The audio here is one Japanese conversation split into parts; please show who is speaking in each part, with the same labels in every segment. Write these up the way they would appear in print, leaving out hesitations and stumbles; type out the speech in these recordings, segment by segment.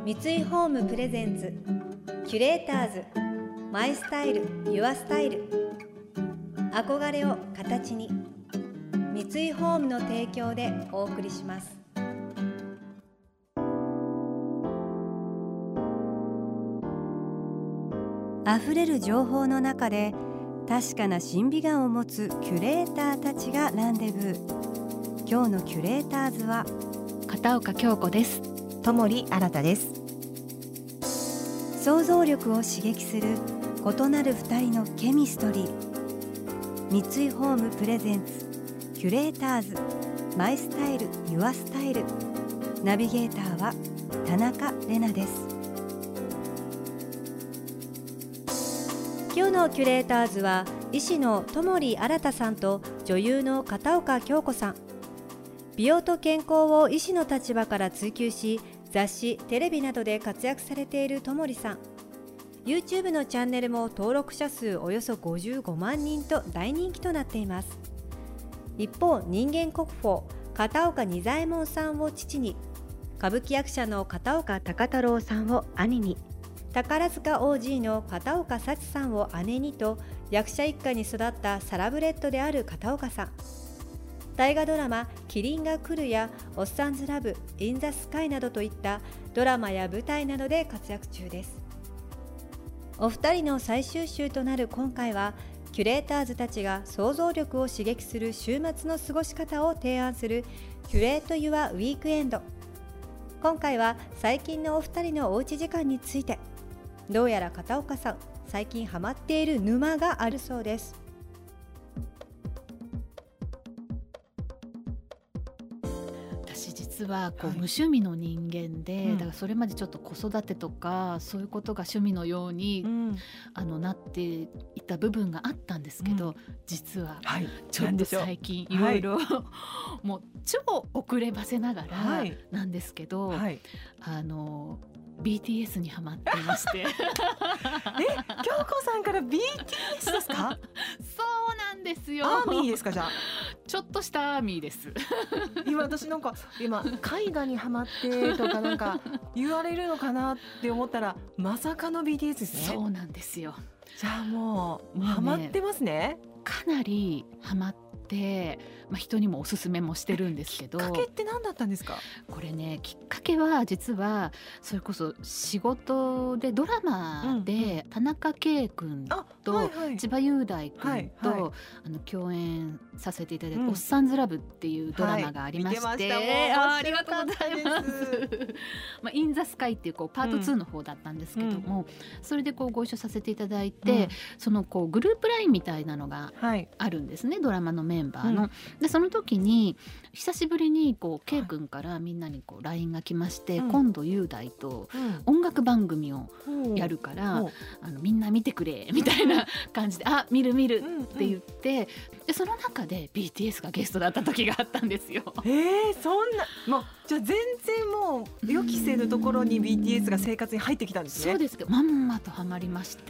Speaker 1: 三井ホームプレゼンツキュレーターズマイスタイルユアスタイル、憧れを形に、三井ホームの提供でお送りします。あふれる情報の中で確かな審美眼を持つキュレーターたちがランデブー。今日のキュレーターズは
Speaker 2: 片岡京子です。
Speaker 3: 戸森新です。
Speaker 1: 想像力を刺激する異なる二人のケミストリー。三井ホームプレゼンツキュレーターズマイスタイルユアスタイル、ナビゲーターは田中れなです。今日のキュレーターズは医師の戸森新さんと女優の片岡京子さん。美容と健康を医師の立場から追求し、雑誌、テレビなどで活躍されている戸森さん。 YouTube のチャンネルも登録者数およそ55万人と大人気となっています。一方、人間国宝片岡仁左衛門さんを父に、歌舞伎役者の片岡孝太郎さんを兄に、宝塚 OG の片岡幸さんを姉にと、役者一家に育ったサラブレッドである片岡さん。大河ドラマキリンが来るやおっさんずラブインザスカイなどといったドラマや舞台などで活躍中です。お二人の最終週となる今回は、キュレーターズたちが想像力を刺激する週末の過ごし方を提案するキュレート・ユア・ウィークエンド。今回は最近のお二人のおうち時間について。どうやら片岡さん、最近ハマっている沼があるそうです。
Speaker 2: 実は無趣味の人間で、だからそれまでちょっと子育てとかそういうことが趣味のように、なっていた部分があったんですけど、実はちょっと最近いろいろもう超遅ればせながらなんですけど、BTS にハマっていまして
Speaker 3: 京子さんから BTS ですか？
Speaker 2: そうなんですよ。
Speaker 3: アーミーですか？じゃあ
Speaker 2: ちょっとしたアーミーです
Speaker 3: 今私今絵画にハマってとか言われるのかなって思ったら、まさかの BTS ですね。
Speaker 2: そうなんですよ。
Speaker 3: じゃあもうハマってますね。
Speaker 2: かなりハマって、人にもおすすめもしてるんですけど。
Speaker 3: きっかけって何だったんですか？
Speaker 2: これね、きっかけは実はそれこそ仕事でドラマで田中圭君と千葉雄大君と共演させていただいて、おっさんずラブっていうドラマがありまして、ありがとうございますインザスカイっていうパート2の方だったんですけども、それでご一緒させていただいて、そのグループラインみたいなのがあるんですね、ドラマのメンバーの。でその時に久しぶりにK 君からみんなにLINE が来まして、今度雄大と音楽番組をやるから、みんな見てくれみたいな感じで、見るって言って、でその中で BTS がゲストだった時があったんですよ。
Speaker 3: そんなじゃあ全然もう予期せぬところに BTS が生活に入ってきたんですね。
Speaker 2: そうですけど、まんまとハマりまして。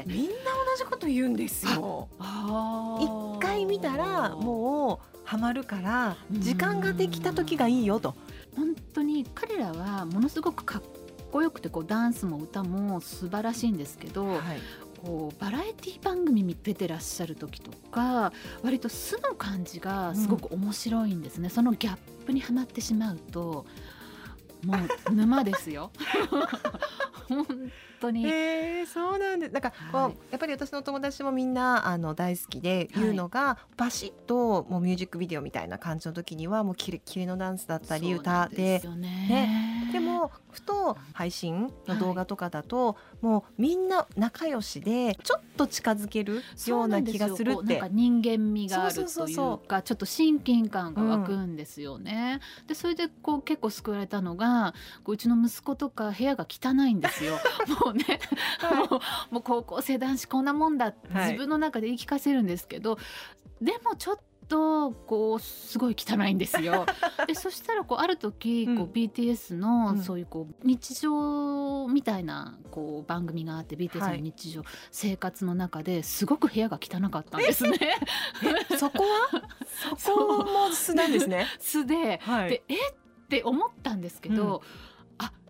Speaker 3: みんな同じこと言うんですよ。一回見たらもうハマるから、時間ができた時がいいよと。
Speaker 2: 本当に彼らはものすごくかっこよくて、ダンスも歌も素晴らしいんですけど、バラエティ番組に出てらっしゃる時とか割と素の感じがすごく面白いんですね。そのギャップにはまってしまうともう沼ですよ本当に。
Speaker 3: そうなんです。やっぱり私の友達もみんな大好きで言うのが、バシッともうミュージックビデオみたいな感じの時にはもうキレッキレのダンスだったり歌で、でもふと配信の動画とかだと、もうみんな仲良しでちょっと近づけるような気がするって。
Speaker 2: 人間味があるというか、ちょっと親近感が湧くんですよね。でそれで結構救われたのが、うちの息子とか部屋が汚いんですよもうね、もう高校生男子こんなもんだって自分の中で言い聞かせるんですけど、でもちょっとすごい汚いんですよでそしたらある時BTS のそういう日常みたいな番組があって、BTS の日常生活の中ですごく部屋が汚かったんですね
Speaker 3: そこも素なんですね。
Speaker 2: 素で、でって思ったんですけど、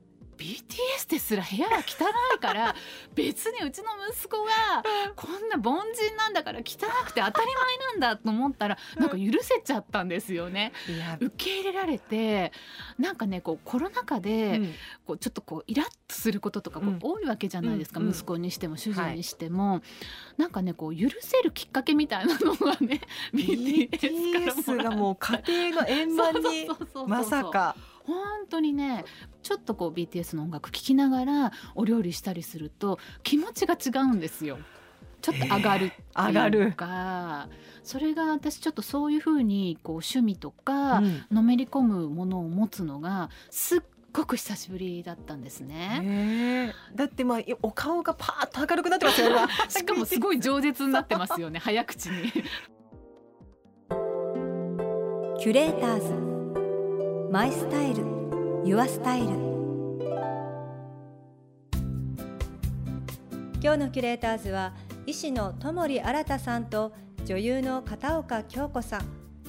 Speaker 2: BTS ですら部屋が汚いから別にうちの息子がこんな凡人なんだから汚くて当たり前なんだと思ったらなんか許せちゃったんですよね。受け入れられて、なんかねこうコロナ禍でこうちょっとこうイラッとすることとかこう多いわけじゃないですか、息子にしても主人にしても、なんかねこう許せるきっかけみたいなのがね
Speaker 3: BTS がもう家庭の円満にまさか
Speaker 2: 本当にね、ちょっとこう BTS の音楽聴きながらお料理したりすると気持ちが違うんですよ。ちょっと上がるっていうか、それが私ちょっとそういう風にこう趣味とかのめり込むものを持つのがすっごく久しぶりだったんですね。
Speaker 3: だってまあお顔がパーッと明るくなってますよ今
Speaker 2: しかもすごい饒舌になってますよね早口に
Speaker 1: キュレーターズマイスタイルユアスタイル。今日のキュレーターズは医師の友利新さんと女優の片岡京子さん。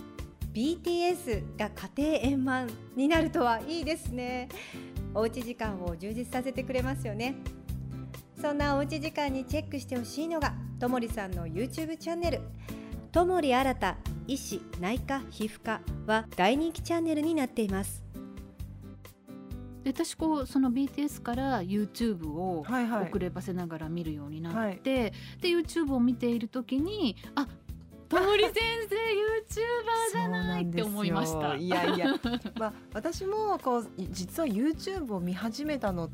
Speaker 1: BTS が家庭円満になるとはいいですね。おうち時間を充実させてくれますよね。そんなおうち時間にチェックしてほしいのが友利さんの YouTube チャンネル友利新医師内科皮膚科は大人気チャンネルになっています。
Speaker 2: で私こうその BTS から YouTube を遅ればせながら見るようになって、で YouTube を見ている時に友利先生 YouTuber じゃないって思いました。
Speaker 3: いやいや、私もこう実は YouTube を見始めたのって、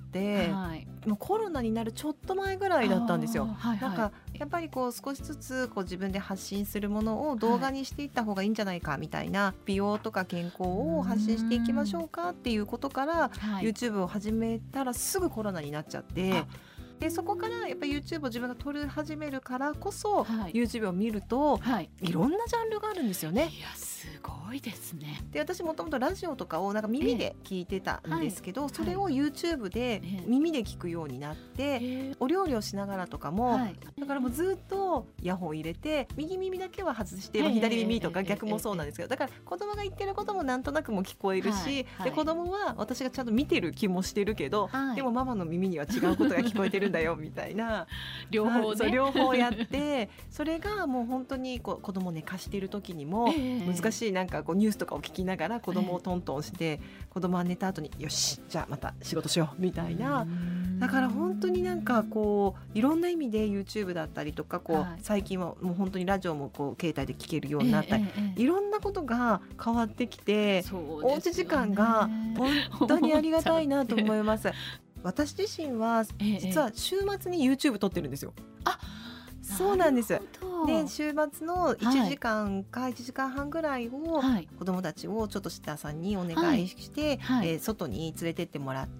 Speaker 3: もうコロナになるちょっと前ぐらいだったんですよ。なんかやっぱりこう少しずつこう自分で発信するものを動画にしていった方がいいんじゃないかみたいな、美容とか健康を発信していきましょうかっていうことから YouTube を始めたらすぐコロナになっちゃって、でそこからやっぱり YouTube を自分が撮り始めるからこそ、YouTube を見ると、いろんなジャンルがあるんですよね。
Speaker 2: いやすごいですね。
Speaker 3: で私もともとラジオとかをなんか耳で聞いてたんですけど、それを YouTube で耳で聞くようになって、お料理をしながらとかも、だからもうずっとイヤホン入れて右耳だけは外して、左耳とか逆もそうなんですけど、だから子供が言ってることもなんとなくも聞こえるし、で子供は私がちゃんと見てる気もしてるけど、でもママの耳には違うことが聞こえてるんだよみたいな
Speaker 2: 両方ね、
Speaker 3: 両方やってそれがもう本当にこう子供寝かしている時にも難しいなんかこうニュースとかを聞きながら子供をトントンして、子供は寝た後によしじゃあまた仕事しようみたいな。だから本当になんかこういろんな意味で YouTube だったりとかこう、最近はもう本当にラジオもこう携帯で聞けるようになったり、いろんなことが変わってきて、おうち時間が本当にありがたいなと思います私自身は実は週末に YouTube 撮ってるんですよ。そうなんです。で週末の1時間か1時間半ぐらいを子どもたちをちょっとシッターさんにお願いして、外に連れてってもらって、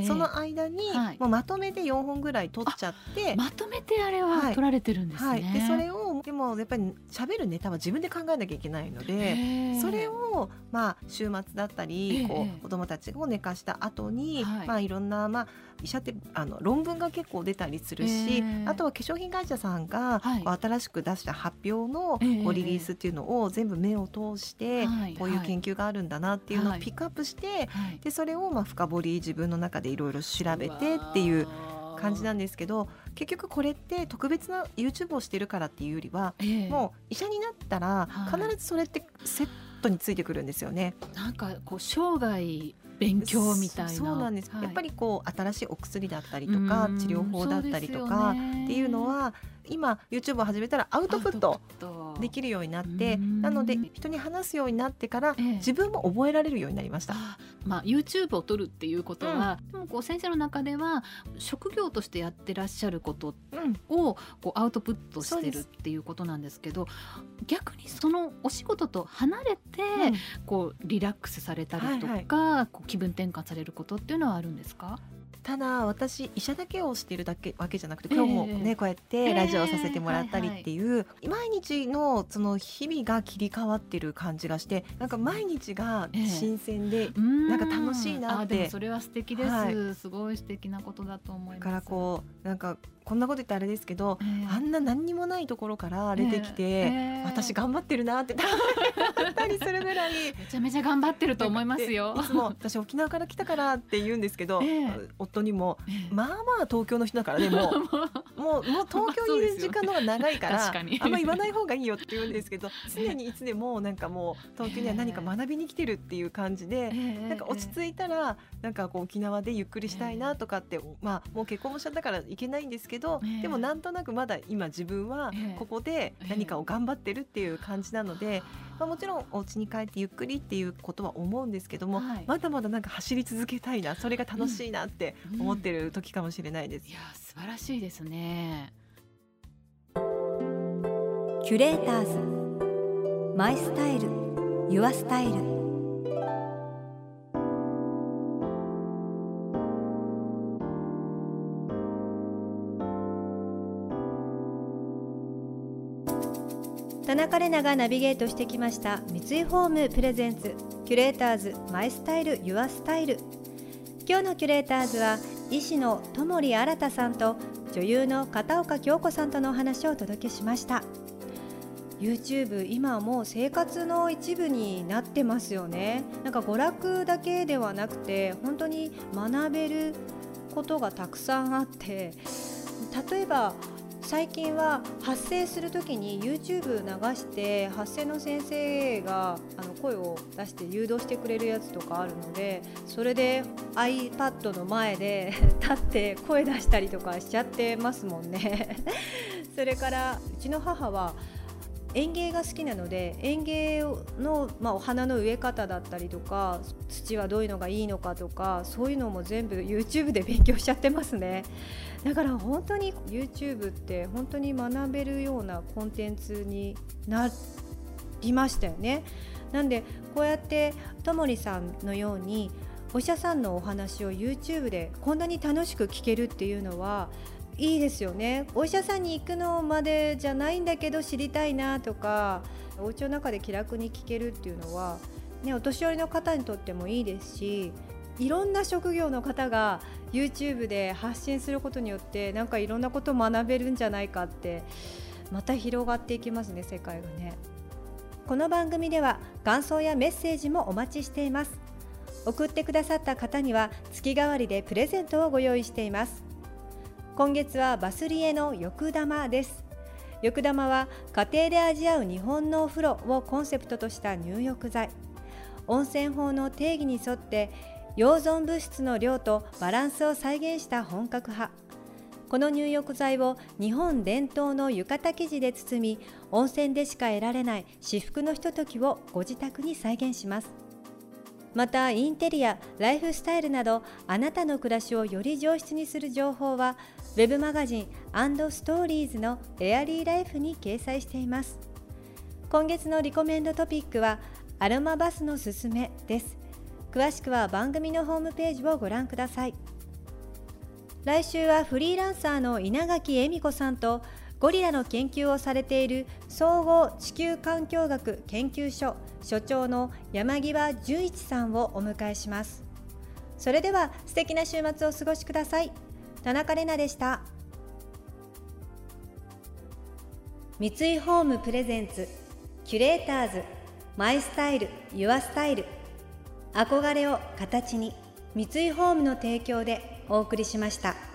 Speaker 3: その間にもうまとめて4本ぐらい撮っちゃって、
Speaker 2: まとめてあれは撮られてるんですね。
Speaker 3: でそれをでもやっぱり喋るネタは自分で考えなきゃいけないので、それを週末だったりこう子どもたちを寝かした後にいろんな医者って論文が結構出たりするし、あとは化粧品会社さんが新しく出した発表のリリースっていうのを全部目を通して、こういう研究があるんだなっていうのをピックアップして、でそれを深掘り自分の中でいろいろ調べてっていう感じなんですけど、結局これって特別な YouTube をしてるからっていうよりは、もう医者になったら必ずそれってセットについてくるんですよね。
Speaker 2: なんかこう生涯勉強みたいな。
Speaker 3: そうなんです、やっぱりこう新しいお薬だったりとか治療法だったりとかっていうのは今 YouTube を始めたらアウトプットできるようになって、なので人に話すようになってから自分も覚えられるようになりました。
Speaker 2: YouTube を撮るっていうことは、でもこう先生の中では職業としてやってらっしゃることをこうアウトプットしてるっていうことなんですけど、逆にそのお仕事と離れてこうリラックスされたりとか、こう気分転換されることっていうのはあるんですか？
Speaker 3: ただ私医者だけをしているわけじゃなくて、今日もね、こうやってラジオをさせてもらったりっていう、毎日のその日々が切り替わってる感じがして、なんか毎日が新鮮で、なんか楽しいなって。
Speaker 2: でもそれは素敵です、すごい素敵なことだと思います。
Speaker 3: だからこうなんかこんなこと言ってあれですけど、あんな何にもないところから出てきて、私頑張ってるなって思ったりするぐらい
Speaker 2: めちゃめちゃ頑張ってると思いますよ。
Speaker 3: いつも私沖縄から来たからって言うんですけど、夫にも、まあまあ東京の人だからね、もう東京にいる時間の方が長いからあんま言わない方がいいよって言うんですけど、常にいつでもなんかもう東京には何か学びに来てるっていう感じで、なんか落ち着いたらなんかこう沖縄でゆっくりしたいなとかって、まあもう結婚もしちゃったからいけないんですけど、でもなんとなくまだ今自分はここで何かを頑張ってるっていう感じなので、まあ、もちろんお家に帰ってゆっくりっていうことは思うんですけども、まだまだなんか走り続けたいな、それが楽しいなって思ってる時かもしれないです。
Speaker 2: いや素晴らしいですね。
Speaker 1: キュレーターズマイスタイルユアスタイル。田中れながナビゲートしてきました三井ホームプレゼンツキュレーターズマイスタイルユアスタイル。今日のキュレーターズは医師の友利新さんと女優の片岡京子さんとのお話をお届けしました。 YouTube 今はもう生活の一部になってますよね。なんか娯楽だけではなくて本当に学べることがたくさんあって、例えば最近は発声するときに YouTube 流して発声の先生が声を出して誘導してくれるやつとかあるので、それで iPad の前で立って声出したりとかしちゃってますもんねそれからうちの母は園芸が好きなので、園芸の、お花の植え方だったりとか土はどういうのがいいのかとか、そういうのも全部 YouTube で勉強しちゃってますね。だから本当に YouTube って本当に学べるようなコンテンツになりましたよね。なんでこうやって友利さんのようにお医者さんのお話を YouTube でこんなに楽しく聞けるっていうのはいいですよね。お医者さんに行くのまでじゃないんだけど知りたいなとか、お家の中で気楽に聞けるっていうのは、ね、お年寄りの方にとってもいいですし、いろんな職業の方が YouTube で発信することによってなんかいろんなことを学べるんじゃないかって、また広がっていきますね、世界がね。この番組では感想やメッセージもお待ちしています。送ってくださった方には月替わりでプレゼントをご用意しています。今月はバスリエの浴玉です。浴玉は家庭で味わう日本のお風呂をコンセプトとした入浴剤。温泉法の定義に沿って溶存物質の量とバランスを再現した本格派。この入浴剤を日本伝統の浴衣生地で包み、温泉でしか得られない至福のひとときをご自宅に再現します。またインテリア、ライフスタイルなどあなたの暮らしをより上質にする情報はウェブマガジン&ストーリーズのエアリーライフに掲載しています。今月のリコメンドトピックはアロマバスのすすめです。詳しくは番組のホームページをご覧ください。来週はフリーランサーの稲垣恵美子さんとゴリラの研究をされている総合地球環境学研究所所長の山際純一さんをお迎えします。それでは素敵な週末をお過ごしください。田中れなでした。三井ホームプレゼンツキュレーターズマイスタイルユアスタイル。憧れを形に、三井ホームの提供でお送りしました。